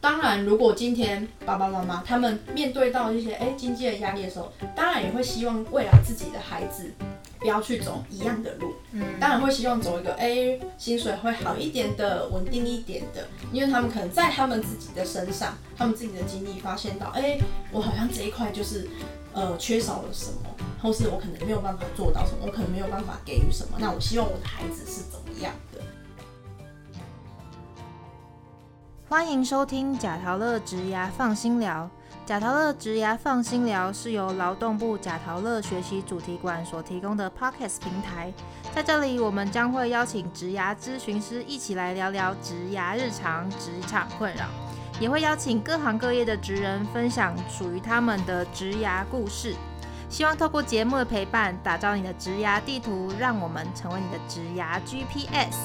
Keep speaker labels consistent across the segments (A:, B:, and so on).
A: 当然，如果今天爸爸妈妈他们面对到一些经济的压力的时候，当然也会希望未来自己的孩子不要去走一样的路，当然会希望走一个薪水会好一点的、稳定一点的，因为他们可能在他们自己的身上，他们自己的经历发现到，我好像这一块就是缺少了什么，或是我可能没有办法做到什么，我可能没有办法给予什么，那我希望我的孩子是怎么样的。
B: 欢迎收听贾陶乐职涯放心聊。贾陶乐职涯放心聊是由劳动部贾陶乐学习主题馆所提供的 Podcast 平台，在这里我们将会邀请职涯咨询师一起来聊聊职涯日常、职场困扰，也会邀请各行各业的职人分享属于他们的职涯故事。希望透过节目的陪伴，打造你的职涯地图，让我们成为你的职涯 GPS。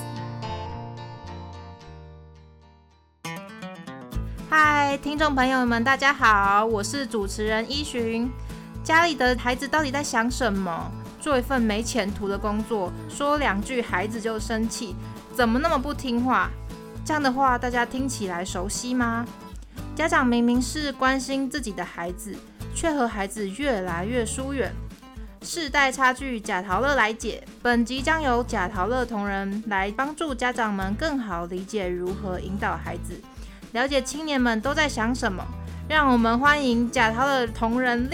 B: 嗨，听众朋友们，大家好，我是主持人依寻。家里的孩子到底在想什么？做一份没前途的工作，说2句孩子就生气，怎么那么不听话？这样的话，大家听起来熟悉吗？家长明明是关心自己的孩子，却和孩子越来越疏远。世代差距，贾陶乐来解。本集将由贾陶乐同仁来帮助家长们更好理解如何引导孩子，了解青年们都在想什么。让我们欢迎贾陶乐同仁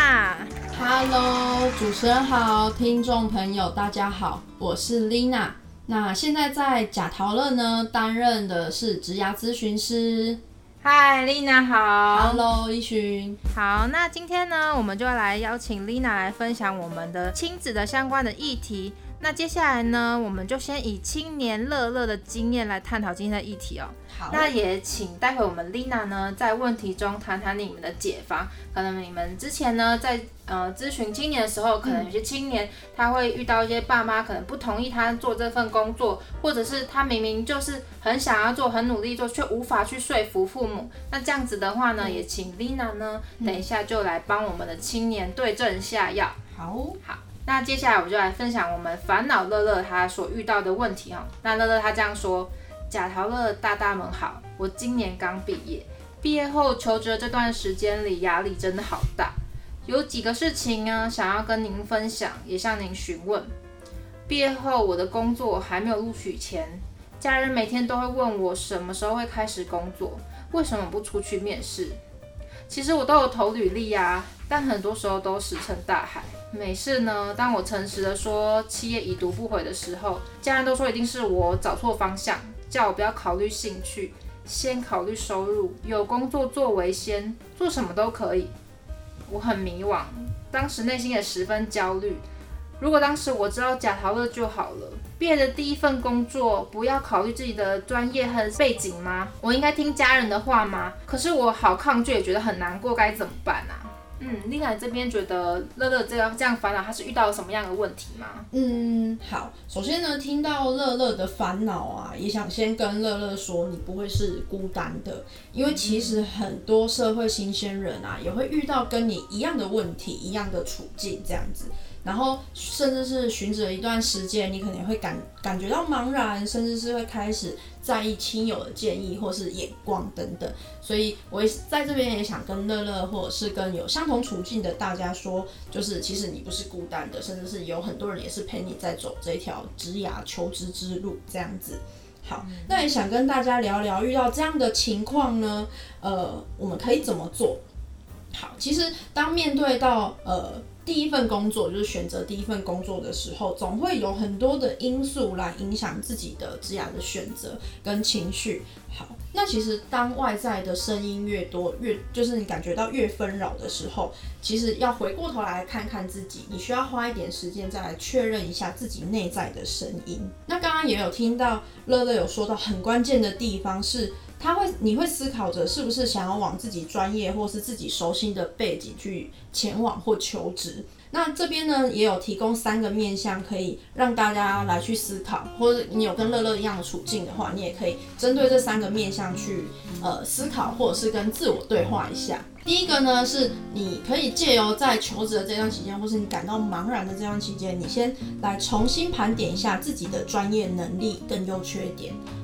A: Lina。Hello， 主持人好，听众朋友大家好，我是 Lina。那现在在贾陶乐呢，担任的是职涯咨询师。
B: 嗨 Lina 好。
A: Hello 依寻。
B: 好，那今天呢，我们就要来邀请 Lina 来分享我们的亲子的相关的议题。那接下来呢，我们就先以青年乐乐的经验来探讨今天的议题哦。
A: 好，
B: 那也请待会我们 Lina 呢，在问题中谈谈你们的解方。可能你们之前呢，在咨询青年的时候，可能有些青年他会遇到一些爸妈可能不同意他做这份工作，或者是他明明就是很想要做、很努力做，却无法去说服父母。那这样子的话呢，也请 Lina 呢，等一下就来帮我们的青年对症下药。
A: 好。
B: 那接下来我就来分享我们烦恼乐乐他所遇到的问题哦。那乐乐他这样说：贾陶乐大大们好，我今年刚毕业，毕业后求职这段时间里压力真的好大，有几个事情呢想要跟您分享，也向您询问。毕业后我的工作还没有录取前，家人每天都会问我什么时候会开始工作，为什么不出去面试？其实我都有投履历啊，但很多时候都石沉大海。每次呢，当我诚实的说企业已读不回的时候，家人都说一定是我找错方向，叫我不要考虑兴趣，先考虑收入，有工作做为先，做什么都可以。我很迷惘，当时内心也十分焦虑。如果当时我知道贾陶乐就好了，毕业的第一份工作，不要考虑自己的专业和背景吗？我应该听家人的话吗？可是我好抗拒，也觉得很难过，该怎么办啊？Lina 这边觉得乐乐这样烦恼，他是遇到了什么样的问题吗？
A: 好，首先呢，听到乐乐的烦恼啊，也想先跟乐乐说，你不会是孤单的，因为其实很多社会新鲜人啊，也会遇到跟你一样的问题、一样的处境这样子。然后甚至是循着一段时间，你可能会感觉到茫然，甚至是会开始在意亲友的建议或是眼光等等。所以我也在这边也想跟乐乐或者是跟有相同处境的大家说，就是其实你不是孤单的，甚至是有很多人也是陪你在走这条职涯求职之路这样子。好，那也想跟大家聊聊，遇到这样的情况呢，我们可以怎么做？好，其实当面对到第一份工作，就是选择第一份工作的时候，总会有很多的因素来影响自己的职涯的选择跟情绪。好，那其实当外在的声音越多，就是你感觉到越纷扰的时候，其实要回过头来看看自己，你需要花一点时间再来确认一下自己内在的声音。那刚刚也有听到乐乐有说到很关键的地方是，你会思考着是不是想要往自己专业或是自己熟悉的背景去前往或求职。那这边呢也有提供3个面向可以让大家来去思考，或者你有跟乐乐一样的处境的话，你也可以针对这3个面向去思考，或者是跟自我对话一下。第一个呢是你可以借由在求职的这段期间，或是你感到茫然的这段期间，你先来重新盘点一下自己的专业能力跟优缺点。好，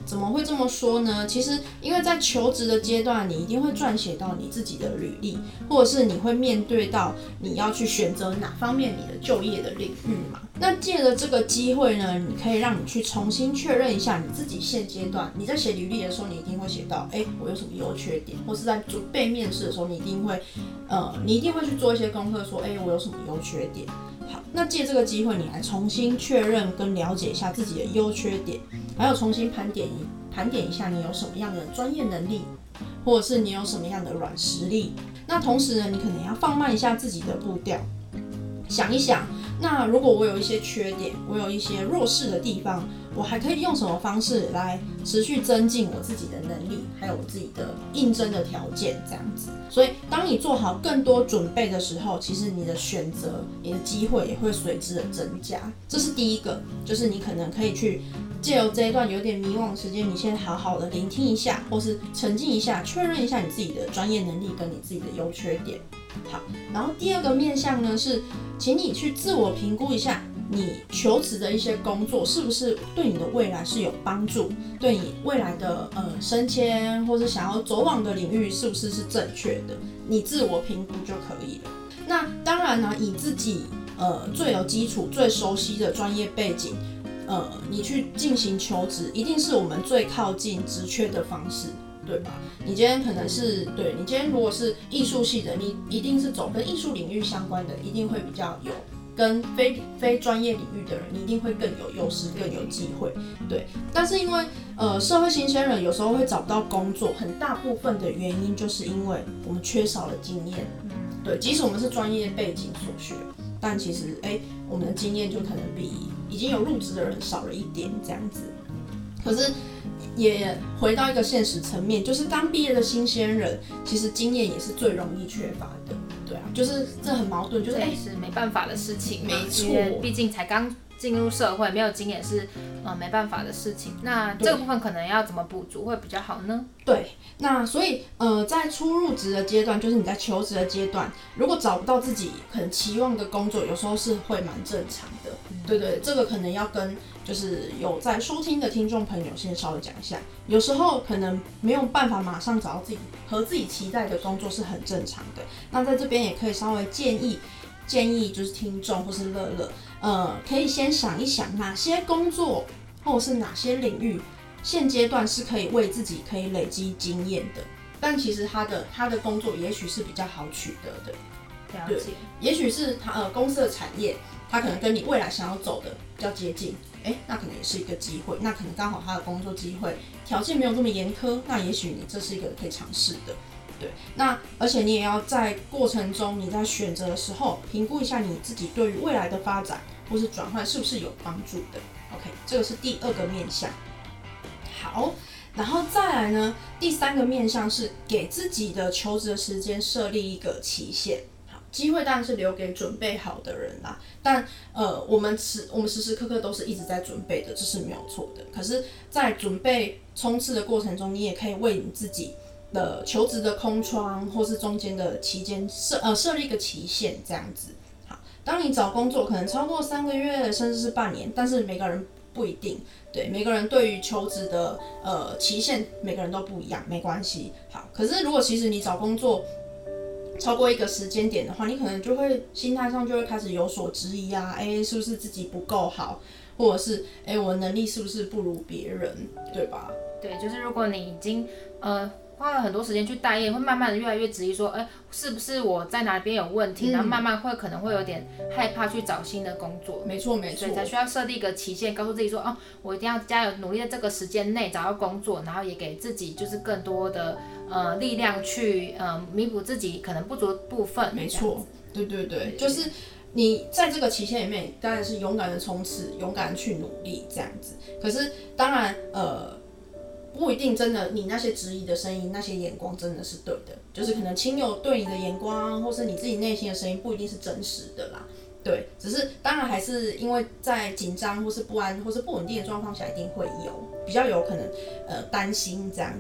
A: 怎么会这么说呢？其实因为在求职的阶段，你一定会撰写到你自己的履历，或者是你会面对到你要去选择哪方面你的就业的领域嘛。那借着这个机会呢，你可以让你去重新确认一下你自己现阶段，你在写履历的时候，你一定会写到，我有什么优缺点，或是在准备面试的时候，你一定会去做一些功课，说，我有什么优缺点。好，那借这个机会，你来重新确认跟了解一下自己的优缺点，还有重新盘点一下你有什么样的专业能力，或者是你有什么样的软实力。那同时呢，你可能要放慢一下自己的步调，想一想，那如果我有一些缺点，我有一些弱势的地方，我还可以用什么方式来持续增进我自己的能力，还有我自己的应征的条件，这样子。所以，当你做好更多准备的时候，其实你的选择、你的机会也会随之的增加。这是第一个，就是你可能可以去借由这一段有点迷惘的时间，你先好好的聆听一下，或是沉浸一下，确认一下你自己的专业能力跟你自己的优缺点。好，然后第二个面向呢是，请你去自我评估一下，你求职的一些工作是不是对你的未来是有帮助，对你未来的升迁或是想要走往的领域是不是正确的，你自我评估就可以了。那当然呢，以自己最有基础、最熟悉的专业背景，你去进行求职，一定是我们最靠近职缺的方式。对吧？你今天可能是你今天如果是艺术系的，你一定是走跟艺术领域相关的，一定会比较有跟非专业领域的人，你一定会更有优势，更有机会。对，但是因为社会新鲜人有时候会找不到工作，很大部分的原因就是因为我们缺少了经验。对，即使我们是专业背景所学，但其实我们的经验就可能比已经有入职的人少了一点这样子。可是也回到一个现实层面，就是刚毕业的新鲜人，其实经验也是最容易缺乏的。对啊，就是这很矛盾，就是
B: 是没办法的事情，
A: 没错，
B: 毕竟才刚进入社会，没有经验是没办法的事情。那这个部分可能要怎么补足会比较好呢？
A: 对，那所以在初入职的阶段，就是你在求职的阶段，如果找不到自己可能期望的工作，有时候是会蛮正常的。对，这个可能要跟就是有在收听的听众朋友先稍微讲一下，有时候可能没有办法马上找到自己期待的工作是很正常的。那在这边也可以稍微建议就是听众或是乐乐，可以先想一想哪些工作或者是哪些领域现阶段是可以为自己可以累积经验的，但其实他的工作也许是比较好取得的。
B: 了解，
A: 也许是公司的产业，它可能跟你未来想要走的比较接近，那可能也是一个机会。那可能刚好他的工作机会条件没有这么严苛，那也许你这是一个可以尝试的。对，那而且你也要在过程中，你在选择的时候评估一下你自己对于未来的发展或是转换是不是有帮助的。OK， 这个是第二个面向。好，然后再来呢，第三个面向是给自己的求职的时间设立一个期限。机会当然是留给准备好的人啦，但我们时时刻刻都是一直在准备的，这是没有错的。可是，在准备冲刺的过程中，你也可以为你自己的求职的空窗或是中间的期间设立一个期限，这样子。好，当你找工作可能超过3个月甚至是半年，但是每个人不一定，对，每个人对于求职的期限每个人都不一样，没关系。好，可是如果其实你找工作超过一个时间点的话，你可能就会心态上就会开始有所质疑啊，是不是自己不够好，或者是我的能力是不是不如别人，对吧？
B: 对，就是如果你已经花了很多时间去待业，会慢慢的越来越质疑说，是不是我在哪边有问题，然后慢慢可能会有点害怕去找新的工作。
A: 没错，
B: 所以才需要设立一个期限，告诉自己说，我一定要加油努力，在这个时间内找到工作，然后也给自己就是更多的力量去弥补自己可能不足的部分。
A: 没错，对，就是你在这个期限里面，当然是勇敢的冲刺，勇敢的去努力这样子。可是当然不一定真的你那些质疑的声音，那些眼光真的是对的，就是可能亲友对你的眼光，或是你自己内心的声音不一定是真实的啦。对，只是当然还是因为在紧张或是不安或是不稳定的状况下，一定会比较有可能担心这样子。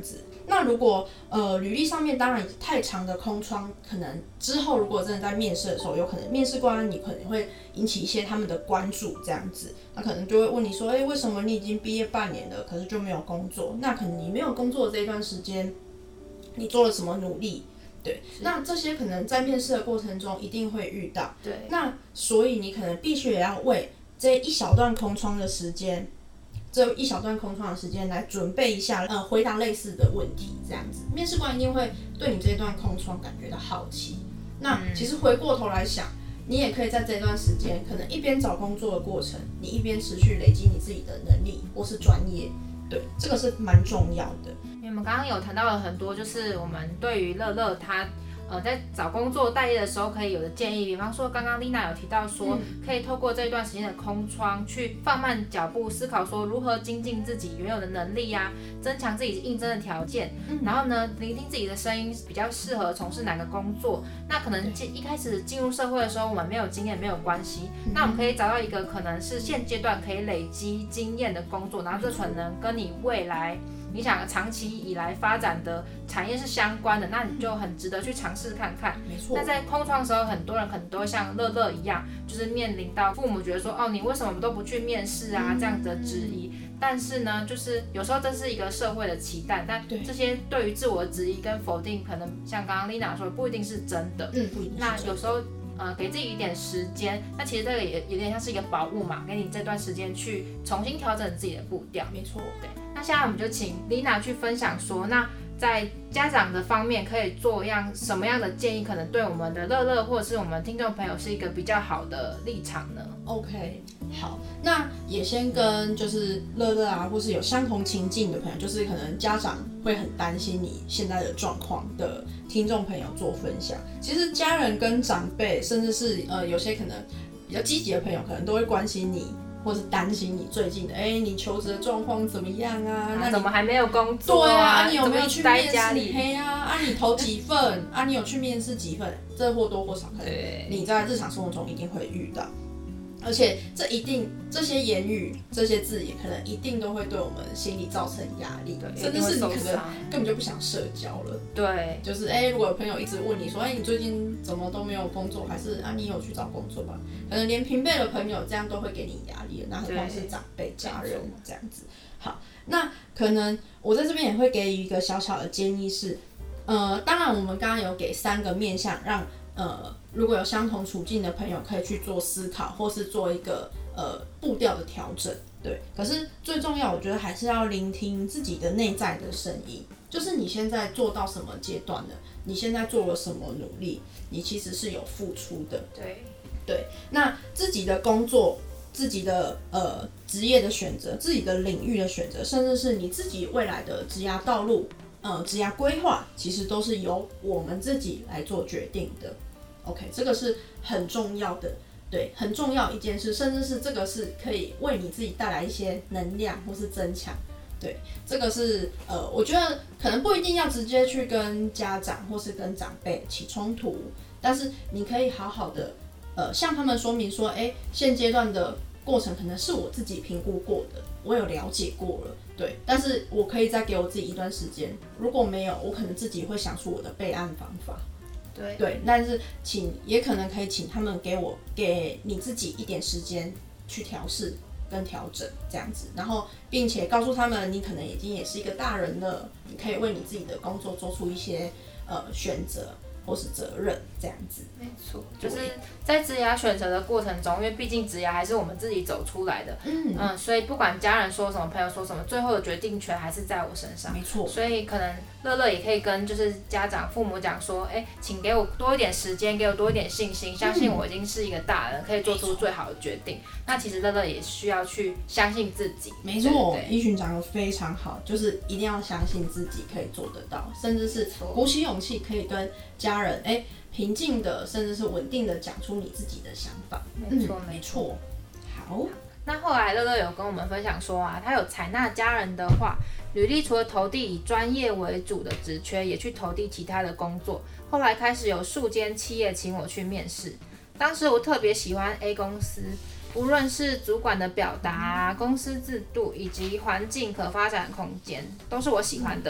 A: 那如果履历上面当然太长的空窗，可能之后如果真的在面试的时候，有可能面试官你可能会引起一些他们的关注，这样子，那可能就会问你说，为什么你已经毕业半年了，可是就没有工作？那可能你没有工作的这一段时间，你做了什么努力？对，那这些可能在面试的过程中一定会遇到。
B: 对，
A: 那所以你可能必须也要为这一小段空窗的时间。这一小段空窗的时间来准备一下，回答类似的问题，这样子，面试官一定会对你这段空窗感觉到好奇。那其实回过头来想，你也可以在这段时间，可能一边找工作的过程，你一边持续累积你自己的能力或是专业，对，这个是蛮重要的。
B: 因为我们刚刚有谈到了很多，就是我们对于乐乐他在找工作待业的时候可以有的建议，比方说刚刚 Lina 有提到说，可以透过这一段时间的空窗去放慢脚步，思考说如何精进自己原有的能力啊，增强自己应征的条件，然后呢，聆听自己的声音，比较适合从事哪个工作。那可能一开始进入社会的时候，我们没有经验没有关系，那我们可以找到一个可能是现阶段可以累积经验的工作，然后这可能跟你未来你想长期以来发展的产业是相关的，那你就很值得去尝试看看。
A: 没错。
B: 那在空窗的时候，很多人可能都会像乐乐一样，就是面临到父母觉得说，你为什么都不去面试啊，这样子的质疑。但是呢，就是有时候这是一个社会的期待，但这些对于自我的质疑跟否定，可能像刚刚 Lina 说的，不一定是真的。
A: 不一定。
B: 那有时候给自己一点时间，那其实这个也有点像是一个宝物嘛，给你这段时间去重新调整自己的步调。
A: 没错，
B: 对。那现在我们就请 Lina 去分享说，那在家长的方面可以做什么样的建议，可能对我们的乐乐或者是我们听众朋友是一个比较好的立场呢
A: ？OK， 好，那也先跟就是乐乐啊，或是有相同情境的朋友，就是可能家长会很担心你现在的状况的听众朋友做分享。其实家人跟长辈，甚至是有些可能比较积极的朋友，可能都会关心你。或是担心你最近的，你求职的状况怎么样啊？那
B: 怎么还没有工作
A: 对啊，你有没有去面试？
B: 嘿
A: 啊，你投几份？啊，你有去面试几份？这或多或少可能你在日常生活中一定会遇到。而且这些言语、这些字也可能一定都会对我们心理造成压力，甚至是你可能根本就不想社交了。
B: 对，
A: 就是如果有朋友一直问你说，你最近怎么都没有工作，还是你有去找工作吧？可能连平辈的朋友这样都会给你压力了，那何况是长辈、家人这样子。好，那可能我在这边也会给予一个小小的建议是，当然我们刚刚有给3个面向让。如果有相同处境的朋友，可以去做思考，或是做一个步调的调整，对。可是最重要，我觉得还是要聆听自己的内在的声音，就是你现在做到什么阶段了，你现在做了什么努力，你其实是有付出的，对。那自己的工作、自己的职业的选择、自己的领域的选择，甚至是你自己未来的职业道路、职业规划，其实都是由我们自己来做决定的。OK， 这个是很重要的，对，很重要一件事，甚至是这个是可以为你自己带来一些能量或是增强，对，这个是我觉得可能不一定要直接去跟家长或是跟长辈起冲突，但是你可以好好的向他们说明说，现阶段的过程可能是我自己评估过的，我有了解过了，对，但是我可以再给我自己一段时间，如果没有，我可能自己会想出我的备案方法。对，但是也可能可以请他们给你自己一点时间去调试跟调整这样子，然后并且告诉他们你可能已经也是一个大人了，你可以为你自己的工作做出一些选择或是责任这样子。
B: 没错，就是在职涯选择的过程中，因为毕竟职涯还是我们自己走出来的，所以不管家人说什么，朋友说什么，最后的决定权还是在我身上。
A: 没错，
B: 所以可能乐乐也可以跟就是家长、父母讲说，请给我多一点时间，给我多一点信心，相信我已经是一个大人，可以做出最好的决定。那其实乐乐也需要去相信自己。
A: 没错，依群讲得非常好，就是一定要相信自己可以做得到，甚至是鼓起勇气可以跟家人平静的，甚至是稳定的讲出你自己的想法。没错。好。
B: 那后来乐乐有跟我们分享说啊，他有采纳家人的话，履历除了投递以专业为主的职缺，也去投递其他的工作。后来开始有数间企业请我去面试，当时我特别喜欢 A 公司，无论是主管的表达、公司制度以及环境可发展空间，都是我喜欢的。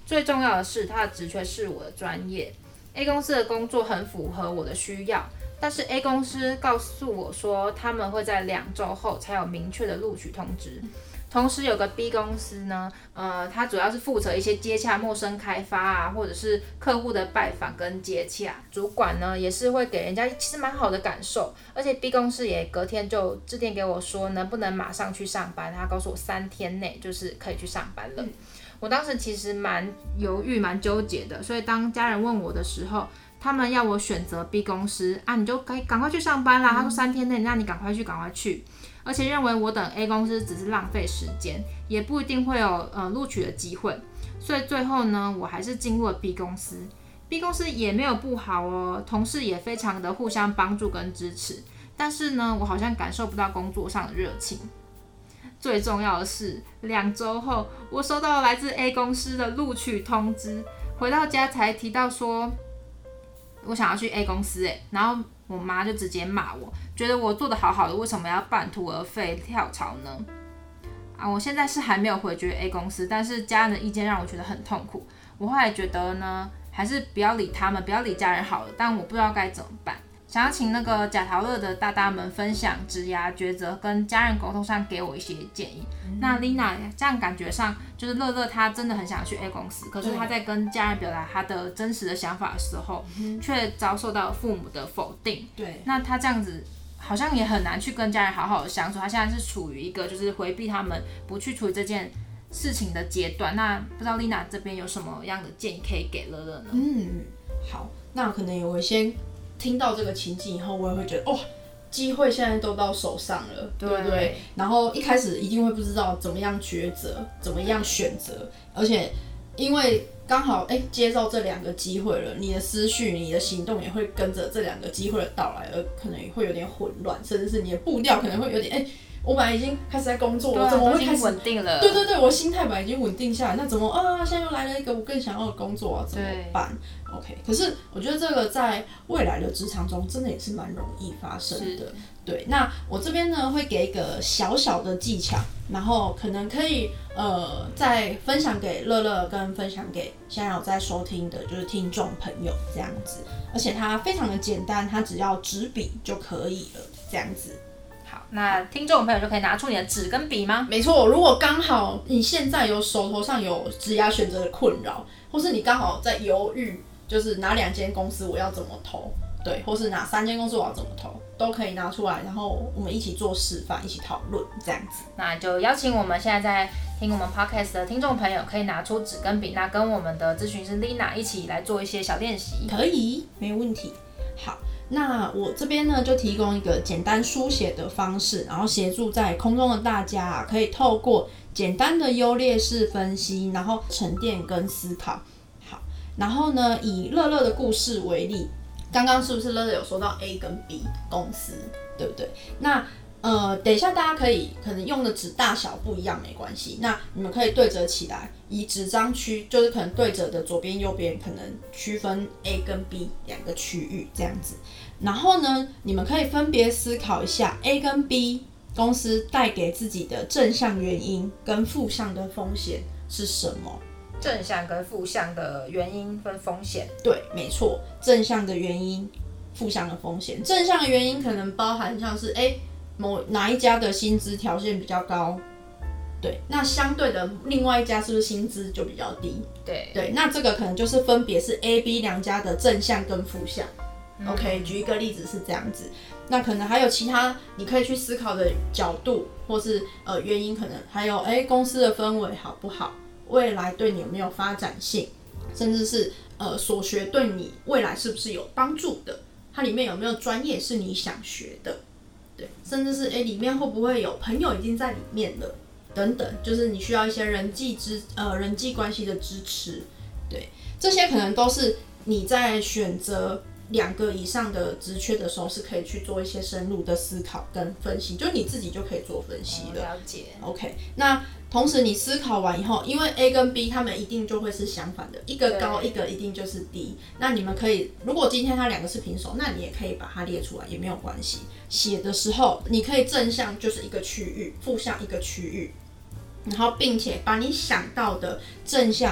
B: 最重要的是他的职缺是我的专业。A 公司的工作很符合我的需要，但是 A 公司告诉我说他们会在2周后才有明确的录取通知。同时有个 B 公司呢，它主要是负责一些接洽陌生开发啊，或者是客户的拜访跟接洽。主管呢也是会给人家其实蛮好的感受，而且 B 公司也隔天就致电给我说能不能马上去上班，他告诉我3天内就是可以去上班了。我当时其实蛮犹豫蛮纠结的，所以当家人问我的时候，他们要我选择 B 公司啊，你就赶快去上班啦。他说3天内，那你赶快去。而且认为我等 A 公司只是浪费时间，也不一定会有录取的机会，所以最后呢，我还是进入了 B 公司。B 公司也没有不好哦，同事也非常的互相帮助跟支持，但是呢，我好像感受不到工作上的热情。最重要的是，2周后我收到来自 A 公司的录取通知，回到家才提到说我想要去 A 公司然后我妈就直接骂我，觉得我做得好好的，为什么要半途而废跳槽呢？我现在是还没有回绝 A 公司，但是家人的意见让我觉得很痛苦。我后来觉得呢，还是不要理他们，不要理家人好了，但我不知道该怎么办。想要请那个假桃乐的大大们分享职涯抉择跟家人沟通上给我一些建议。那 Lina 这样感觉上就是乐乐她真的很想去 A 公司，可是她在跟家人表达她的真实的想法的时候，却遭受到父母的否定。
A: 对，
B: 那她这样子好像也很难去跟家人好好的相处。她现在是处于一个就是回避他们，不去处理这件事情的阶段。那不知道 Lina 这边有什么样的建议可以给乐乐呢？
A: 好，那可能我先听到这个情境以后，我也会觉得机会现在都到手上了，对不对？然后一开始一定会不知道怎么样抉择，怎么样选择，而且因为刚好接到这2个机会了，你的思绪、你的行动也会跟着这2个机会的到来，而可能也会有点混乱，甚至是你的步调可能会有点我本来已经开始在工作了，怎么会开始
B: 稳定了？
A: 对，我心态本来已经稳定下来，那怎么现在又来了一个我更想要的工作啊？怎么办 ？OK， 可是我觉得这个在未来的职场中真的也是蛮容易发生的。对，那我这边呢会给一个小小的技巧，然后可能可以再分享给乐乐跟分享给现在有在收听的就是听众朋友这样子，而且它非常的简单，它只要纸笔就可以了，这样子。
B: 那听众朋友就可以拿出你的纸跟笔吗？
A: 没错，如果刚好你现在手头上有职涯选择的困扰，或是你刚好在犹豫，就是哪2间公司我要怎么投，对，或是哪3间公司我要怎么投，都可以拿出来，然后我们一起做示范，一起讨论这样子。
B: 那就邀请我们现在在听我们 podcast 的听众朋友，可以拿出纸跟笔，那跟我们的咨询师 Lina 一起来做一些小练习。
A: 可以，没问题。好。那我这边呢，就提供一个简单书写的方式，然后协助在空中的大家可以透过简单的优劣势分析，然后沉淀跟思考。好，然后呢，以乐乐的故事为例，刚刚是不是乐乐有说到 A 跟 B 公司，对不对？那等一下大家可能用的纸大小不一样没关系，那你们可以对折起来，以纸张就是可能对折的左边右边可能区分 A 跟 B 2个区域这样子。然后呢，你们可以分别思考一下 A 跟 B 公司带给自己的正向原因跟负向的风险是什么？
B: 正向跟负向的原因跟风险。
A: 对，没错，正向的原因，负向的风险。正向的原因可能包含像是哪一家的薪资条件比较高，对，那相对的另外一家是不是薪资就比较低？对，那这个可能就是分别是 A、B 2家的正向跟负向。OK， 举一个例子是这样子，那可能还有其他你可以去思考的角度，或是原因，可能还有公司的氛围好不好，未来对你有没有发展性，甚至是所学对你未来是不是有帮助的，它里面有没有专业是你想学的，对，甚至是里面会不会有朋友已经在里面了，等等，就是你需要一些人际关系的支持，对，这些可能都是你在选择2个以上的职缺的时候是可以去做一些深入的思考跟分析，就你自己就可以做分析了。
B: 了解。
A: OK， 那同时你思考完以后，因为 A 跟 B 他们一定就会是相反的，一个高一个一定就是低。那你们可以，如果今天它2个是平手，那你也可以把它列出来，也没有关系。写的时候你可以正向就是一个区域，负向一个区域，然后并且把你想到的正向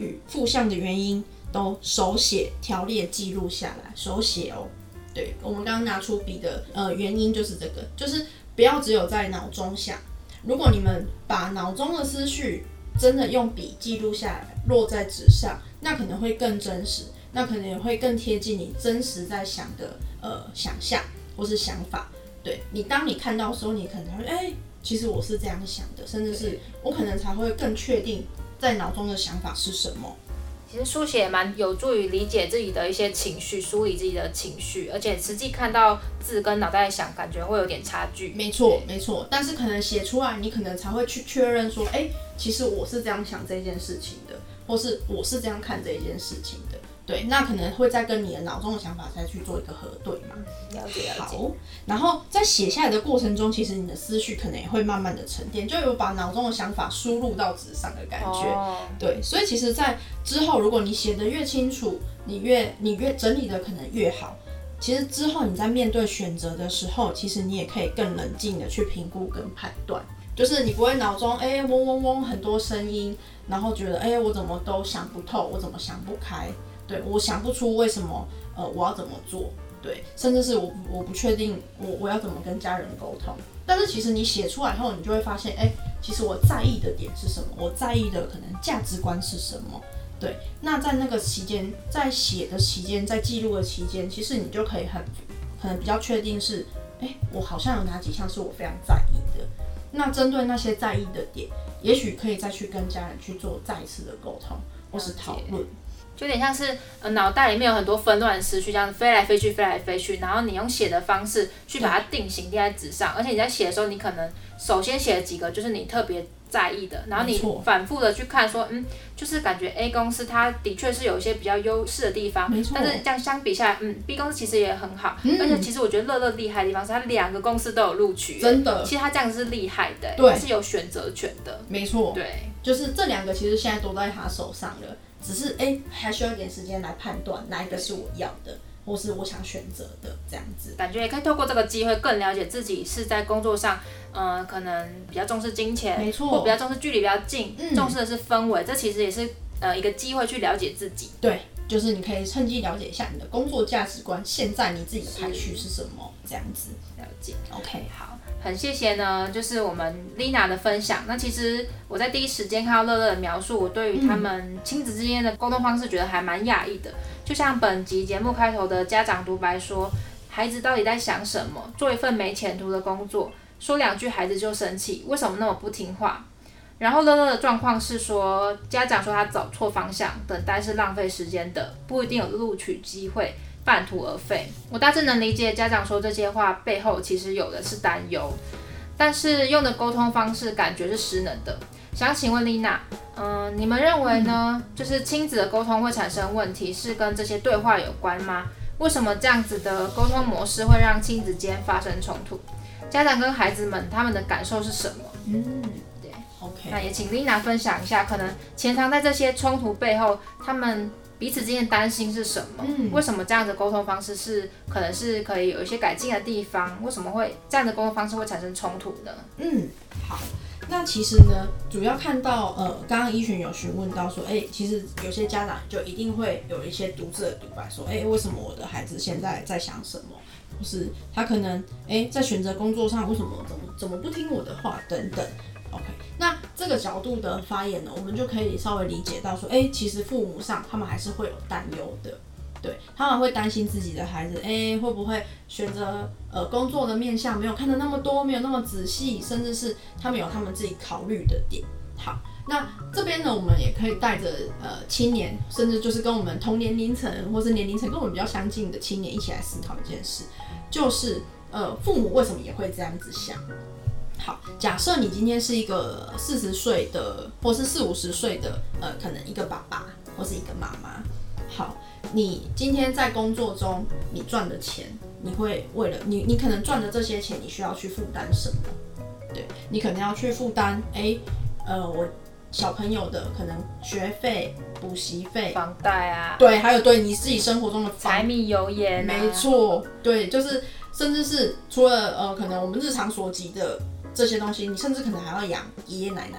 A: 与负向的原因都手写条列记录下来，手写哦。对，我们刚刚拿出笔的原因就是这个，就是不要只有在脑中想。如果你们把脑中的思绪真的用笔记录下来，落在纸上，那可能会更真实，那可能也会更贴近你真实在想的想象或是想法。对，当你看到的时候，你可能会其实我是这样想的，甚至是我可能才会更确定在脑中的想法是什么。
B: 其实书写也蛮有助于理解自己的一些情绪，梳理自己的情绪，而且实际看到字跟脑袋想，感觉会有点差距。
A: 没错，没错。但是可能写出来，你可能才会去确认说，其实我是这样想这件事情的，或是我是这样看这件事情的。对，那可能会再跟你的脑中的想法再去做一个核对嘛。
B: 了解。
A: 好，然后在写下来的过程中，其实你的思绪可能也会慢慢的沉淀，就有把脑中的想法输入到纸上的感觉。对，所以其实，在之后如果你写得越清楚，你越整理的可能越好。其实之后你在面对选择的时候，其实你也可以更冷静的去评估跟判断。就是你不会脑中嗡嗡嗡很多声音，然后觉得我怎么都想不透，我怎么想不开。对，我想不出为什么我要怎么做，对，甚至是我不确定我要怎么跟家人沟通。但是其实你写出来后，你就会发现，其实我在意的点是什么，我在意的可能价值观是什么。对，那在那个期间，在写的期间，在记录的期间，其实你就可以可能比较确定是，我好像有哪几项是我非常在意的。那针对那些在意的点，也许可以再去跟家人去做再一次的沟通或是讨论。
B: 就有点像是脑袋里面有很多纷乱的思绪，这样飞来飞去，飞来飞去，然后你用写的方式去把它定型，定在纸上。而且你在写的时候，你可能首先写了几个就是你特别在意的，然后你反复的去看说，就是感觉 A 公司它的确是有一些比较优势的地方，但是这样相比下来，B 公司其实也很好。而且其实我觉得乐乐厉害的地方是，它2个公司都有录取，
A: 真的，
B: 其实它这样是厉害的，
A: 对，
B: 它是有选择权的。
A: 没错，
B: 对，
A: 就是这2个其实现在都在他手上了。只是还需要一点时间来判断哪一个是我要的，或是我想选择的，这样子。
B: 感觉也可以透过这个机会更了解自己是在工作上，可能比较重视金钱，
A: 没错，
B: 或比较重视距离比较近，重视的是氛围。这其实也是一个机会去了解自己。
A: 对，就是你可以趁机了解一下你的工作价值观，现在你自己的排序是什么，这样子。
B: 了解。
A: OK，
B: 好。很谢谢呢，就是我们 Lina 的分享。那其实我在第一时间看到乐乐的描述，我对于他们亲子之间的沟通方式觉得还蛮讶异的。就像本集节目开头的家长独白说，孩子到底在想什么？做一份没前途的工作，说2句孩子就生气，为什么那么不听话？然后乐乐的状况是说，家长说他找错方向，等待是浪费时间的，不一定有录取机会。半途而废。我大致能理解家长说这些话背后其实有的是担忧，但是用的沟通方式感觉是失能的。想请问 Lina，你们认为呢？就是亲子的沟通会产生问题，是跟这些对话有关吗？为什么这样子的沟通模式会让亲子间发生冲突？家长跟孩子们他们的感受是什么？对
A: ，OK。
B: 那也请 Lina 分享一下，可能潜藏在这些冲突背后，他们彼此之间的担心是什么？为什么这样的沟通方式可能是可以有一些改进的地方？为什么会这样的沟通方式会产生冲突呢？
A: 好，那其实呢，主要看到刚刚依璇有询问到说，其实有些家长就一定会有一些独自的独白，说，为什么我的孩子现在在想什么？或是他可能在选择工作上为什么怎么不听我的话等等。OK， 那这个角度的发言呢，我们就可以稍微理解到说，其实父母上他们还是会有担忧的，对，他们会担心自己的孩子，会不会选择工作的面向没有看得那么多，没有那么仔细，甚至是他们有他们自己考虑的点。好，那这边呢，我们也可以带着青年，甚至就是跟我们同年龄层或是年龄层跟我们比较相近的青年一起来思考一件事，就是父母为什么也会这样子想。好，假设你今天是一个40岁的，或是40-50岁的，可能一个爸爸或是一个妈妈。好，你今天在工作中，你赚的钱，你会为了你可能赚的这些钱，你需要去负担什么？对，你可能要去负担，我小朋友的可能学费、补习费、
B: 房贷啊，
A: 对，还有对你自己生活中的
B: 柴米油盐，
A: 没错，对，就是甚至是除了可能我们日常所及的这些东西，你甚至可能还要养爷爷奶奶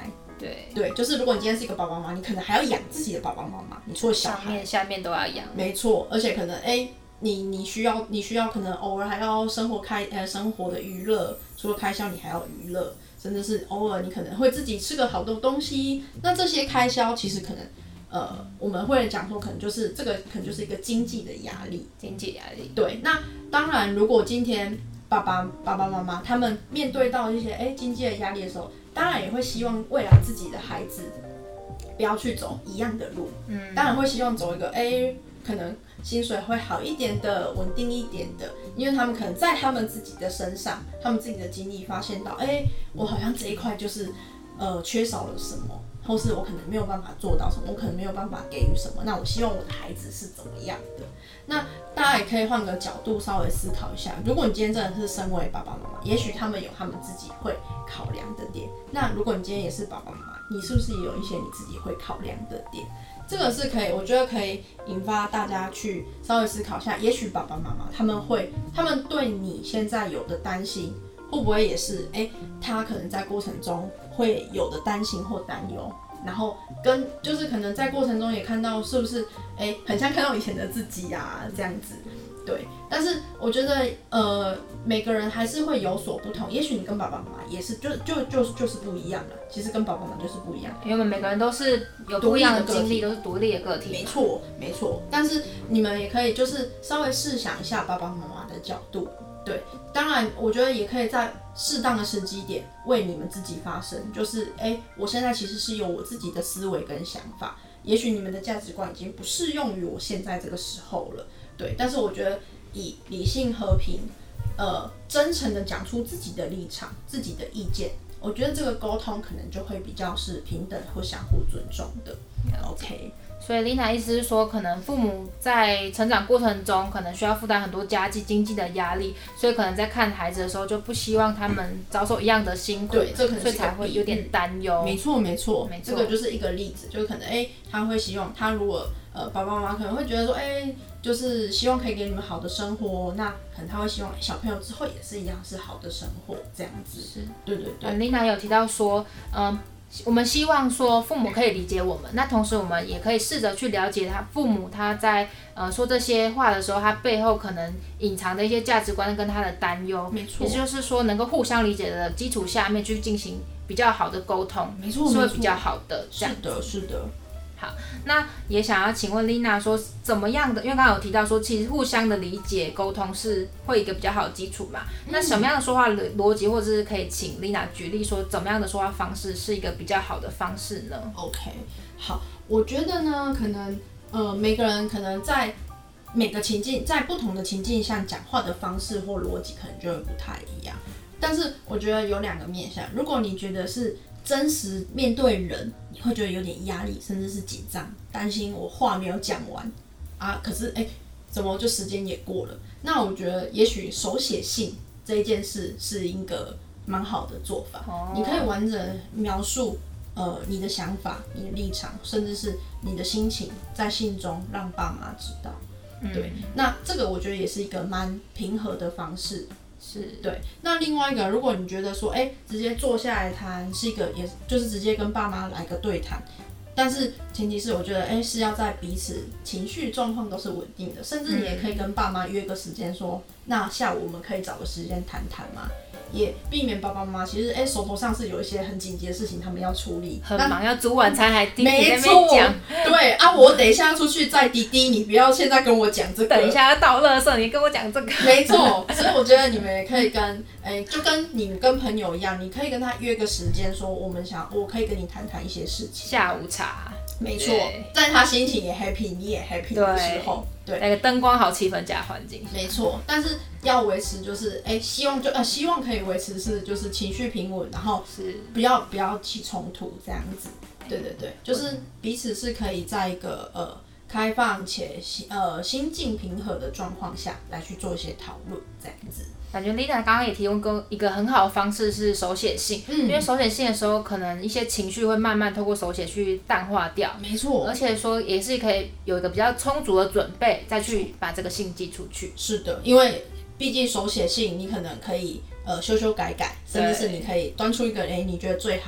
B: 对，
A: 就是如果你今天是一个爸爸妈妈，你可能还要养自己的爸爸妈妈，你除了小孩，
B: 上面下面都要养。
A: 没错，而且可能你需要可能偶尔还要生活的娱乐，除了开销你还要娱乐，甚至是偶尔你可能会自己吃个好多东西，那这些开销其实可能我们会讲说可能就是这个可能就是一个经济的压力。对，那当然如果今天爸爸妈妈他们面对到一些经济的压力的时候，当然也会希望未来自己的孩子不要去走一样的路，当然会希望走一个可能薪水会好一点的、稳定一点的，因为他们可能在他们自己的身上，他们自己的经历发现到，我好像这一块就是缺少了什么，或是我可能没有办法做到什么，我可能没有办法给予什么，那我希望我的孩子是怎么样的。那大家也可以换个角度稍微思考一下，如果你今天真的是身为爸爸妈妈，也许他们有他们自己会考量的点，那如果你今天也是爸爸妈妈，你是不是也有一些你自己会考量的点？这个是可以，我觉得可以引发大家去稍微思考一下，也许爸爸妈妈他们对你现在有的担心，会不会也是他可能在过程中会有的担心或担忧，然后就是可能在过程中也看到是不是很像看到以前的自己啊这样子。对，但是我觉得每个人还是会有所不同，也许你跟爸爸妈妈也是就是不一样了，其实跟爸爸妈妈就是不一样，
B: 因为我们每个人都是有不一样的经历，都是独立的个体。
A: 没错，但是你们也可以就是稍微试想一下爸爸妈妈的角度。对，当然我觉得也可以在适当的时机点为你们自己发声，就是我现在其实是有我自己的思维跟想法，也许你们的价值观已经不适用于我现在这个时候了。对，但是我觉得以理性和平真诚的讲出自己的立场、自己的意见，我觉得这个沟通可能就会比较是平等或相互尊重的。OK。
B: 所以 Lina 意思是说，可能父母在成长过程中可能需要负担很多经济的压力，所以可能在看孩子的时候就不希望他们遭受一样的辛苦，
A: 对，这可能是
B: 所以才会有点担忧。
A: 没错，这个就是一个例子，就是可能他会希望他如果爸爸妈妈可能会觉得说就是希望可以给你们好的生活，那可能他会希望小朋友之后也是一样是好的生活这样子。是，对。
B: Lina 有提到说，我们希望说父母可以理解我们，那同时我们也可以试着去了解父母他在说这些话的时候，他背后可能隐藏的一些价值观跟他的担忧。
A: 没错，
B: 也就是说能够互相理解的基础下面去进行比较好的沟通，
A: 没错，
B: 是会比较好的。
A: 是的。
B: 好，那也想要请问 Lina 说怎么样的，因为刚刚有提到说其实互相的理解沟通是会一个比较好的基础嘛，那什么样的说话逻辑，或者是可以请 Lina 举例说怎么样的说话方式是一个比较好的方式呢？
A: OK， 好，我觉得呢可能每个人可能在每个情境，在不同的情境下讲话的方式或逻辑可能就会不太一样，但是我觉得有两个面向，如果你觉得是真实面对人，你会觉得有点压力，甚至是紧张，担心我话没有讲完啊，可是怎么就时间也过了？那我觉得也许手写信这一件事是一个蛮好的做法，你可以完整描述你的想法、你的立场，甚至是你的心情，在信中让爸妈知道。对，那这个我觉得也是一个蛮平和的方式。是，对。那另外一个，如果你觉得说，直接坐下来谈是一个，也就是直接跟爸妈来个对谈，但是前提是我觉得，是要在彼此情绪状况都是稳定的，甚至你也可以跟爸妈约个时间说，那下午我们可以找个时间谈谈嘛。也避免爸爸妈妈其实手头上是有一些很紧急的事情，他们要处理，
B: 很忙，要煮晚餐还滴滴在那边讲。
A: 对啊，我等一下要出去再滴滴，你不要现在跟我讲这个。
B: 等一下要倒垃圾，你跟我讲这个。
A: 没错，所以我觉得你们也可以跟就跟你跟朋友一样，你可以跟他约个时间，说我可以跟你谈谈一些事情。
B: 下午茶。
A: 没错，在他心情也 happy， 你也 happy 的时候，对，
B: 那个灯光好，气氛佳环境。
A: 没错，但是要维持就是希望可以维持是就是情绪平稳，然后是不要起冲突这样子。对，就是彼此是可以在一个开放且心境平和的状况下来去做一些讨论这样子。
B: 感觉 Lina 刚刚也提供过一个很好的方式是手写信，因为手写信的时候，可能一些情绪会慢慢透过手写去淡化掉。
A: 没错，
B: 而且说也是可以有一个比较充足的准备，再去把这个信寄出去。
A: 是的，因为毕竟手写信，你可能可以修改，甚至是你可以端出一个你觉得最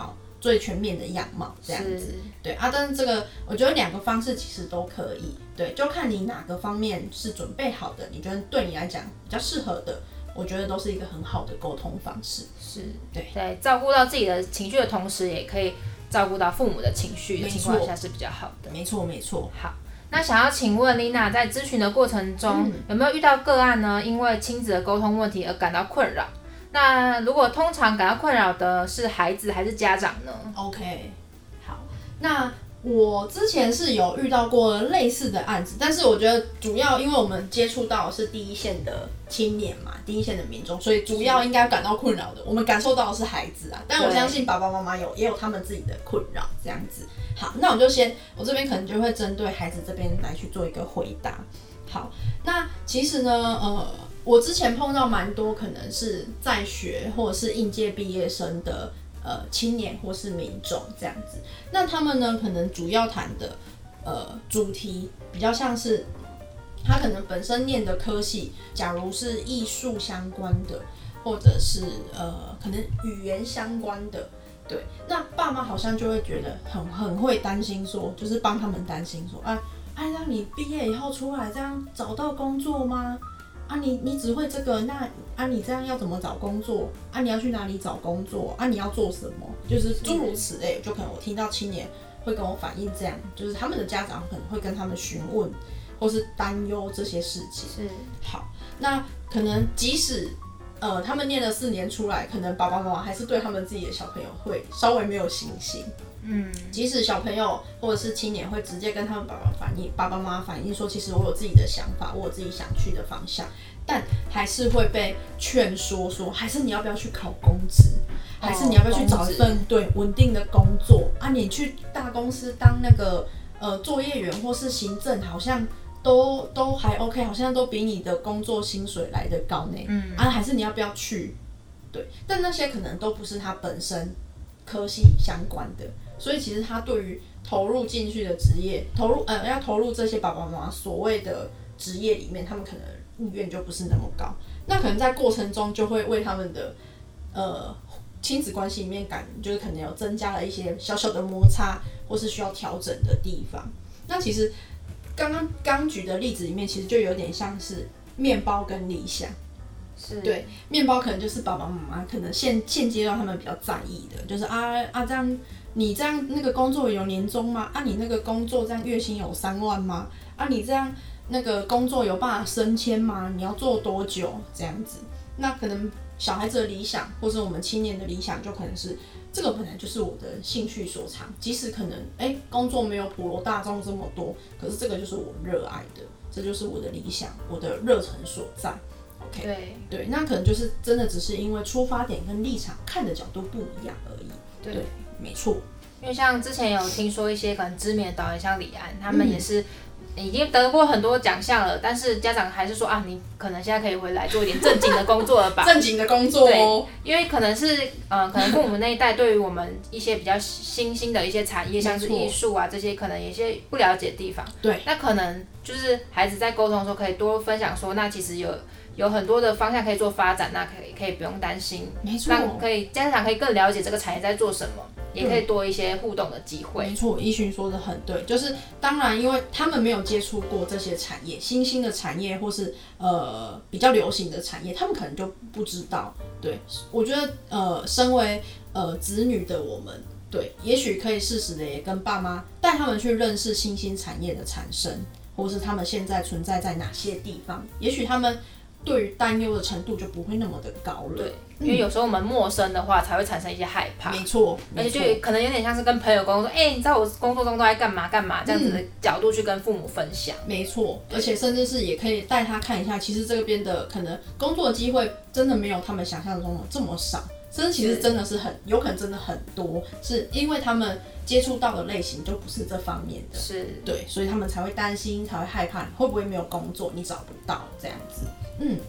A: 最全面的样貌这样子。对啊，但是这个我觉得2个方式其实都可以，对，就看你哪个方面是准备好的，你觉得对你来讲比较适合的，我觉得都是一个很好的沟通方式。
B: 是，
A: 对，
B: 照顾到自己的情绪的同时，也可以照顾到父母的情绪的情况下是比较好的。
A: 没错没错。
B: 好，那想要请问 Lina 在咨询的过程中，有没有遇到个案呢？因为亲子的沟通问题而感到困扰？那如果通常感到困扰的是孩子还是家长呢
A: ？OK， 好，那我之前是有遇到过类似的案子，但是我觉得主要因为我们接触到的是第一线的青年嘛，第一线的民众，所以主要应该感到困扰的，我们感受到的是孩子啊，但我相信爸爸妈妈也有他们自己的困扰这样子。好，那我这边可能就会针对孩子这边来去做一个回答。好，那其实呢，我之前碰到蛮多可能是在学或者是应届毕业生的青年或是民众这样子，那他们呢可能主要谈的主题比较像是他可能本身念的科系，假如是艺术相关的，或者是可能语言相关的，对，那爸妈好像就会觉得很会担心说，就是帮他们担心说，让你毕业以后出来这样找到工作吗？你只会这个，那你这样要怎么找工作？你要去哪里找工作？你要做什么？就是诸如此类，就可能我听到青年会跟我反映这样，就是他们的家长可能会跟他们询问，或是担忧这些事情。
B: 是，
A: 好，那可能即使他们念了4年出来，可能爸爸妈妈还是对他们自己的小朋友会稍微没有信心。即使小朋友或者是青年会直接跟他们爸爸妈妈反映说，其实我有自己的想法，我有自己想去的方向，但还是会被劝说还是你要不要去考公职，还是你要不要去找一份对稳定的工作你去大公司当那个作业员或是行政，好像都还 OK， 好像都比你的工作薪水来得高呢。还是你要不要去？对，但那些可能都不是他本身科系相关的。所以其实他对于投入进去的职业，要投入这些爸爸妈妈所谓的职业里面，他们可能意愿就不是那么高。那可能在过程中就会为他们的亲子关系里面就是可能有增加了一些小小的摩擦，或是需要调整的地方。那其实刚举的例子里面，其实就有点像是面包跟理想。对，面包可能就是爸爸妈妈可能现阶段他们比较在意的，就是这样你这样那个工作有年终吗？你那个工作这样月薪有3万吗？你这样那个工作有办法升迁吗？你要做多久这样子？那可能小孩子的理想，或是我们青年的理想，就可能是这个本来就是我的兴趣所长，即使可能工作没有普罗大众这么多，可是这个就是我热爱的，这就是我的理想，我的热忱所在。
B: Okay，
A: 对，那可能就是真的只是因为出发点跟立场看的角度不一样而已。对，没错。
B: 因为像之前有听说一些可能知名的导演，像李安，他们也是已经得过很多奖项了，但是家长还是说你可能现在可以回来做一点正经的工作了吧？
A: 正经的工作
B: 对，因为可能是可能父母那一代对于我们一些比较新兴的一些产业，像是艺术啊这些，可能有一些不了解的地方。
A: 对，
B: 那可能就是孩子在沟通的时候可以多分享说，那其实有很多的方向可以做发展，那可以不用担心，
A: 没错，
B: 让家长可以更了解这个产业在做什么，也可以多一些互动的机会。
A: 没错，依循说的很对，就是当然，因为他们没有接触过这些产业，新兴的产业或是比较流行的产业，他们可能就不知道。对，我觉得身为子女的我们，对，也许可以适时的也跟爸妈带他们去认识新兴产业的产生，或是他们现在存在在哪些地方，也许他们对于担忧的程度就不会那么的高了。
B: 对，因为有时候我们陌生的话，才会产生一些害怕。
A: 没错，
B: 而且就可能有点像是跟朋友沟通说，你知道我工作中都在干嘛干嘛，这样子的角度去跟父母分享。
A: 没错，而且甚至是也可以带他看一下，其实这边的可能工作的机会真的没有他们想象中的这么少，甚至其实真的是有可能真的很多，是因为他们接触到的类型就不是这方面的，
B: 是
A: 对，所以他们才会担心，才会害怕你会不会没有工作，你找不到这样子。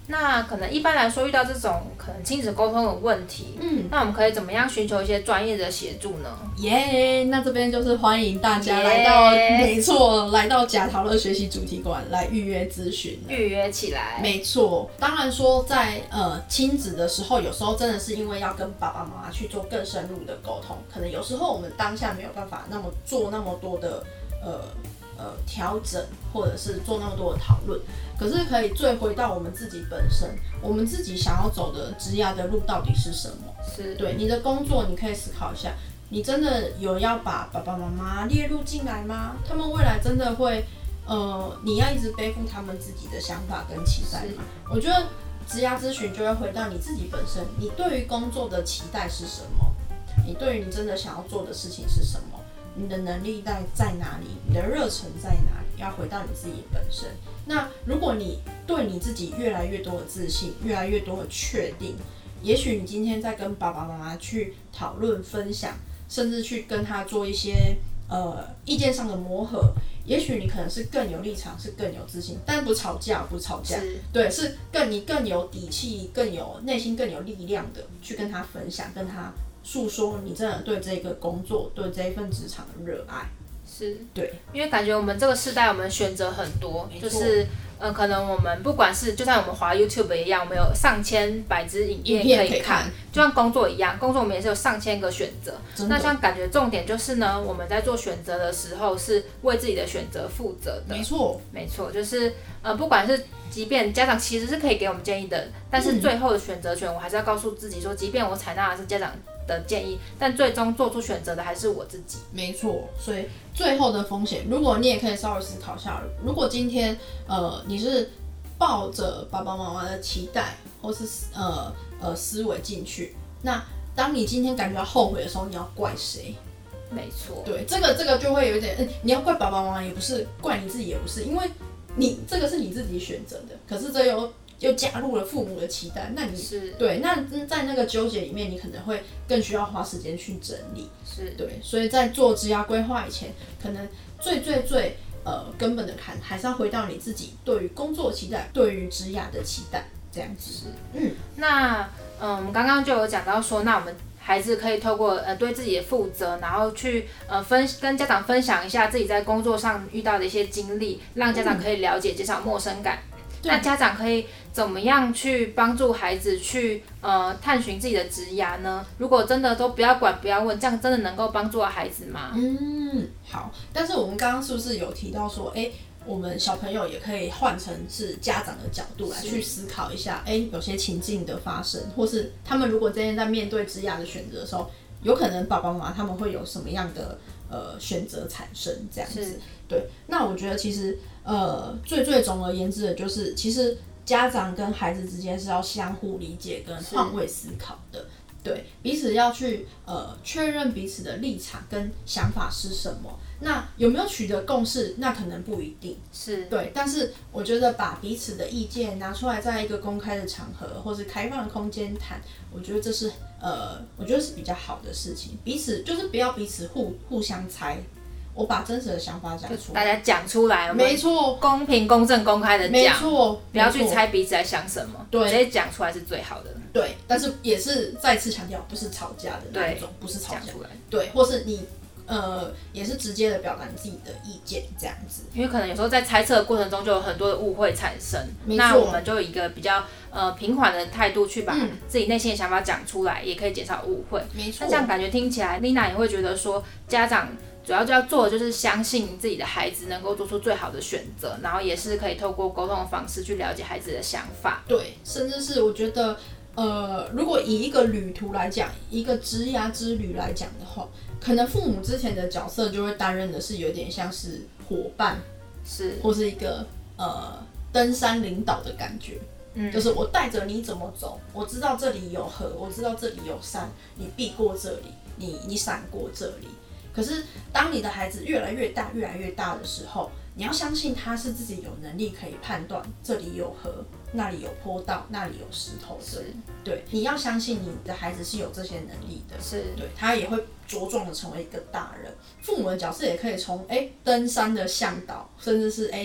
B: 那可能一般来说遇到这种可能亲子沟通的问题，那我们可以怎么样寻求一些专业的协助呢？
A: 那这边就是欢迎大家来到，没错，来到贾陶乐学习主题馆来预约咨询，
B: 预约起来。
A: 没错，当然说在亲子的时候，有时候真的是因为要跟爸爸妈妈去做更深入的沟通，可能有时候我们当下没有办法做那么多的调整，或者是做那么多的讨论，可是可以最回到我们自己本身，我们自己想要走的职涯的路到底是什么？
B: 是
A: 对你的工作，你可以思考一下，你真的有要把爸爸妈妈列入进来吗？他们未来真的会你要一直背负他们自己的想法跟期待吗？我觉得职涯咨询就会回到你自己本身，你对于工作的期待是什么？你对于你真的想要做的事情是什么？你的能力在哪里？你的热忱在哪里？要回到你自己本身。那如果你对你自己越来越多的自信，越来越多的确定，也许你今天在跟爸爸妈妈去讨论、分享，甚至去跟他做一些意见上的磨合，也许你可能是更有立场，是更有自信，但不吵架，对，是你更有底气，更有内心更有力量的去跟他分享，跟他诉说你真的对这个工作、对这一份职场的热爱。
B: 是，
A: 对，
B: 因为感觉我们这个世代，我们选择很多，就是可能我们不管是就像我们滑 YouTube 一样，我们有上千百支影片可以看，就像工作一样，工作我们也是有上千个选择。那像感觉重点就是呢，我们在做选择的时候是为自己的选择负责的。
A: 没错，
B: 就是不管是即便家长其实是可以给我们建议的，但是最后的选择权我还是要告诉自己说，即便我采纳的是家长的建议，但最终做出选择的还是我自己。
A: 没错，所以最后的风险，如果你也可以稍微思考一下，如果今天你是抱着爸爸妈妈的期待或是思维进去，那当你今天感觉到后悔的时候，你要怪谁？
B: 没错，
A: 对，这个就会有一点，你要怪爸爸妈妈也不是，怪你自己也不是，因为你这个是你自己选择的，可是这又加入了父母的期待，那你
B: 是
A: 对，那在那个纠结里面，你可能会更需要花时间去整理，
B: 是
A: 对，所以在做职涯规划以前，可能最根本的看，还是要回到你自己对于工作期待，对于职涯的期待，这样子。
B: 那我们刚刚就有讲到说，那我们孩子可以透过对自己的负责，然后去跟家长分享一下自己在工作上遇到的一些经历，让家长可以了解，减少陌生感。那家长可以怎么样去帮助孩子去探寻自己的职涯呢？如果真的都不要管不要问，这样真的能够帮助到孩子吗？
A: 好。但是我们刚刚是不是有提到说，我们小朋友也可以换成是家长的角度来去思考一下，有些情境的发生，或是他们如果今天在面对职涯的选择的时候，有可能爸爸妈妈他们会有什么样的选择产生这样子。对，那我觉得其实最总而言之的就是，其实家长跟孩子之间是要相互理解跟换位思考的。对，彼此要去确认彼此的立场跟想法是什么。那有没有取得共识？那可能不一定。对，但是我觉得把彼此的意见拿出来，在一个公开的场合或是开放的空间谈，我觉得这是比较好的事情。彼此就是不要彼此互相猜。我把真实的想法讲出来，
B: 大家讲出来，
A: 没错，
B: 公平、公正、公开的讲，
A: 没错，
B: 不要去猜彼此在想什么，
A: 对，
B: 直接讲出来是最好的。
A: 对，但是也是再次强调，不是吵架的那一种，不是吵架，
B: 出来，
A: 对，或是你也是直接的表达你自己的意见这样子。
B: 因为可能有时候在猜测的过程中就有很多的误会产生，那我们就有一个比较平缓的态度去把自己内心的想法讲出来，也可以减少误会。
A: 没错。
B: 那这样感觉听起来 ，Lina 也会觉得说，家长主要就要做的就是相信自己的孩子能够做出最好的选择，然后也是可以透过沟通的方式去了解孩子的想法。
A: 对，甚至是我觉得，如果以一个旅途来讲，一个职涯之旅来讲的话，可能父母之前的角色就会担任的是有点像是伙伴，或是一个登山领导的感觉。就是我带着你怎么走，我知道这里有河，我知道这里有山，你避过这里，你闪过这里。可是当你的孩子越来越大的时候，你要相信他是自己有能力可以判断这里有河，那里有坡道，那里有石头的。对，你要相信你的孩子是有这些能力的。对，他也会茁壮的成为一个大人。父母的角色也可以从登山的向导，甚至是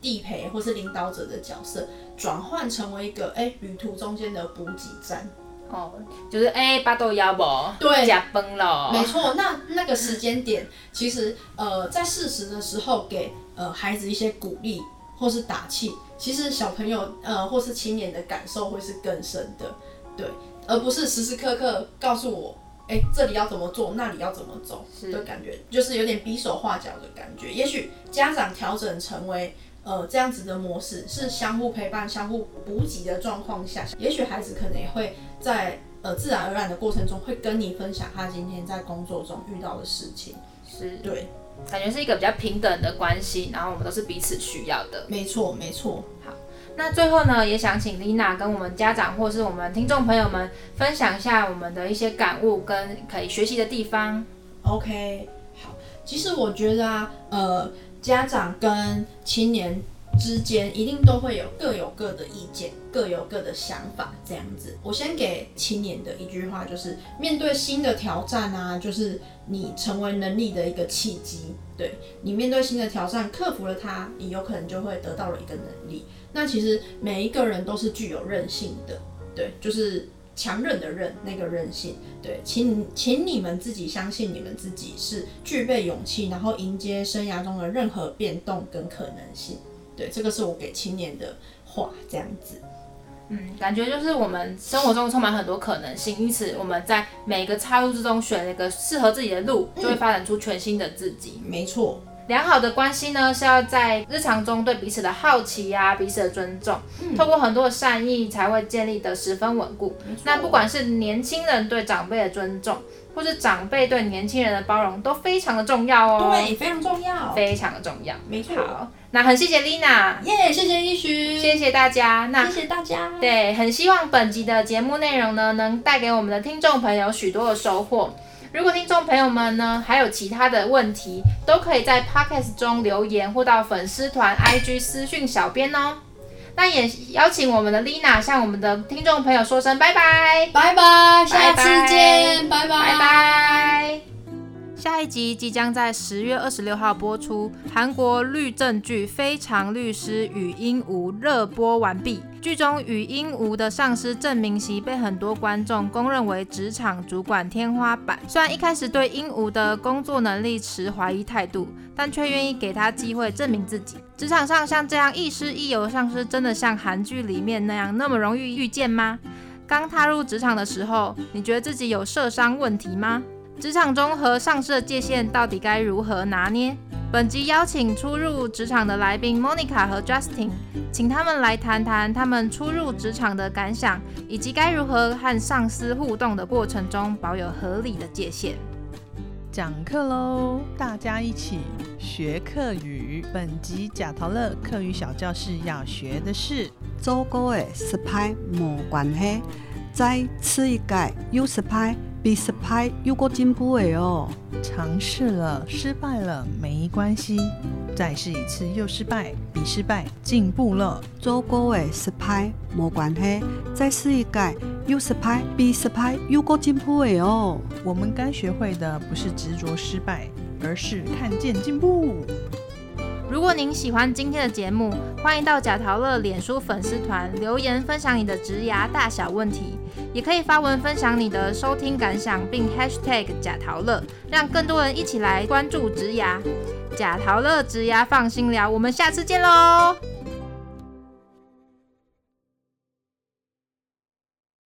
A: 地陪或是领导者的角色，转换成为一个旅途中间的补给站。
B: 就是巴肚枵无？
A: 对，
B: 吃饭咯。
A: 没错，那个时间点，其实在适时的时候给孩子一些鼓励或是打气，其实小朋友或是青年的感受会是更深的，对，而不是时时刻刻告诉我，这里要怎么做，那里要怎么走的感觉，就是有点比手画脚的感觉。也许家长调整成为这样子的模式，是相互陪伴、相互补给的状况下，也许孩子可能也会在自然而然的过程中，会跟你分享他今天在工作中遇到的事情。
B: 是，
A: 对，
B: 感觉是一个比较平等的关系，然后我们都是彼此需要的。
A: 没错，没错。
B: 好，那最后呢，也想请 Lina 跟我们家长或是我们听众朋友们分享一下我们的一些感悟跟可以学习的地方。
A: OK， 好，其实我觉得家长跟青年之间一定都会各有各的意见，各有各的想法，这样子。我先给青年的一句话，就是面对新的挑战啊，就是你成为能力的一个契机。对，你面对新的挑战，克服了它，你有可能就会得到了一个能力。那其实每一个人都是具有韧性的，对，就是强韧的韧，那个韧性。对，请你们自己相信你们自己是具备勇气，然后迎接生涯中的任何变动跟可能性。对，这个是我给青年的话，这样子。
B: 感觉就是我们生活中充满很多可能性，因此我们在每个岔路之中选了一个适合自己的路，就会发展出全新的自己。
A: 没错。
B: 良好的关系呢，是要在日常中对彼此的好奇啊，彼此的尊重，透过很多的善意才会建立得十分稳固。那不管是年轻人对长辈的尊重，或是长辈对年轻人的包容，都非常的重要哦。
A: 对，非常重要，
B: 非常的重要。
A: 没错。
B: 好，那很谢谢 Lina，
A: 谢谢一许，
B: 谢谢大家。那
A: 谢谢大家。
B: 对，很希望本集的节目内容呢，能带给我们的听众朋友许多的收获。如果听众朋友们呢还有其他的问题，都可以在 Podcast 中留言或到粉丝团 IG 私讯小编哦。那也邀请我们的 Lina 向我们的听众朋友说声拜拜，
A: 拜拜，下次见，拜拜，
B: 拜拜。下一集即将在10月26号播出，韩国律政剧《非常律师禹英禑》热播完毕。剧中禹英禑的上司郑明熙被很多观众公认为职场主管天花板。虽然一开始对英禑的工作能力持怀疑态度，但却愿意给他机会证明自己。职场上像这样亦师亦友的上司，真的像韩剧里面那样那么容易遇见吗？刚踏入职场的时候，你觉得自己有社伤问题吗？职场中和上司的界限到底该如何拿捏？本集邀请初入职场的来宾 Monica 和 Justin， 请他们来谈谈他们初入职场的感想，以及该如何和上司互动的过程中保有合理的界限。
C: 讲课喽，大家一起学客语。本集假陶乐客语小教室要学的是
D: 做过的失败没关系，再吃一届有失败比失败有过进步的哦。
C: 尝试了失败了没关系，再试一次又失败比失败进步了。
D: 做过的失败没关系，再试一届有失败比失败有过进步的哦。
C: 我们该学会的不是执着失败，而是看见进步。
B: 如果您喜欢今天的节目，欢迎到假陶乐脸书粉丝团留言分享你的职涯大小问题，也可以发文分享你的收听感想，并 hashtag 假陶乐，让更多人一起来关注职涯。假陶乐职涯放心聊，我们下次见喽。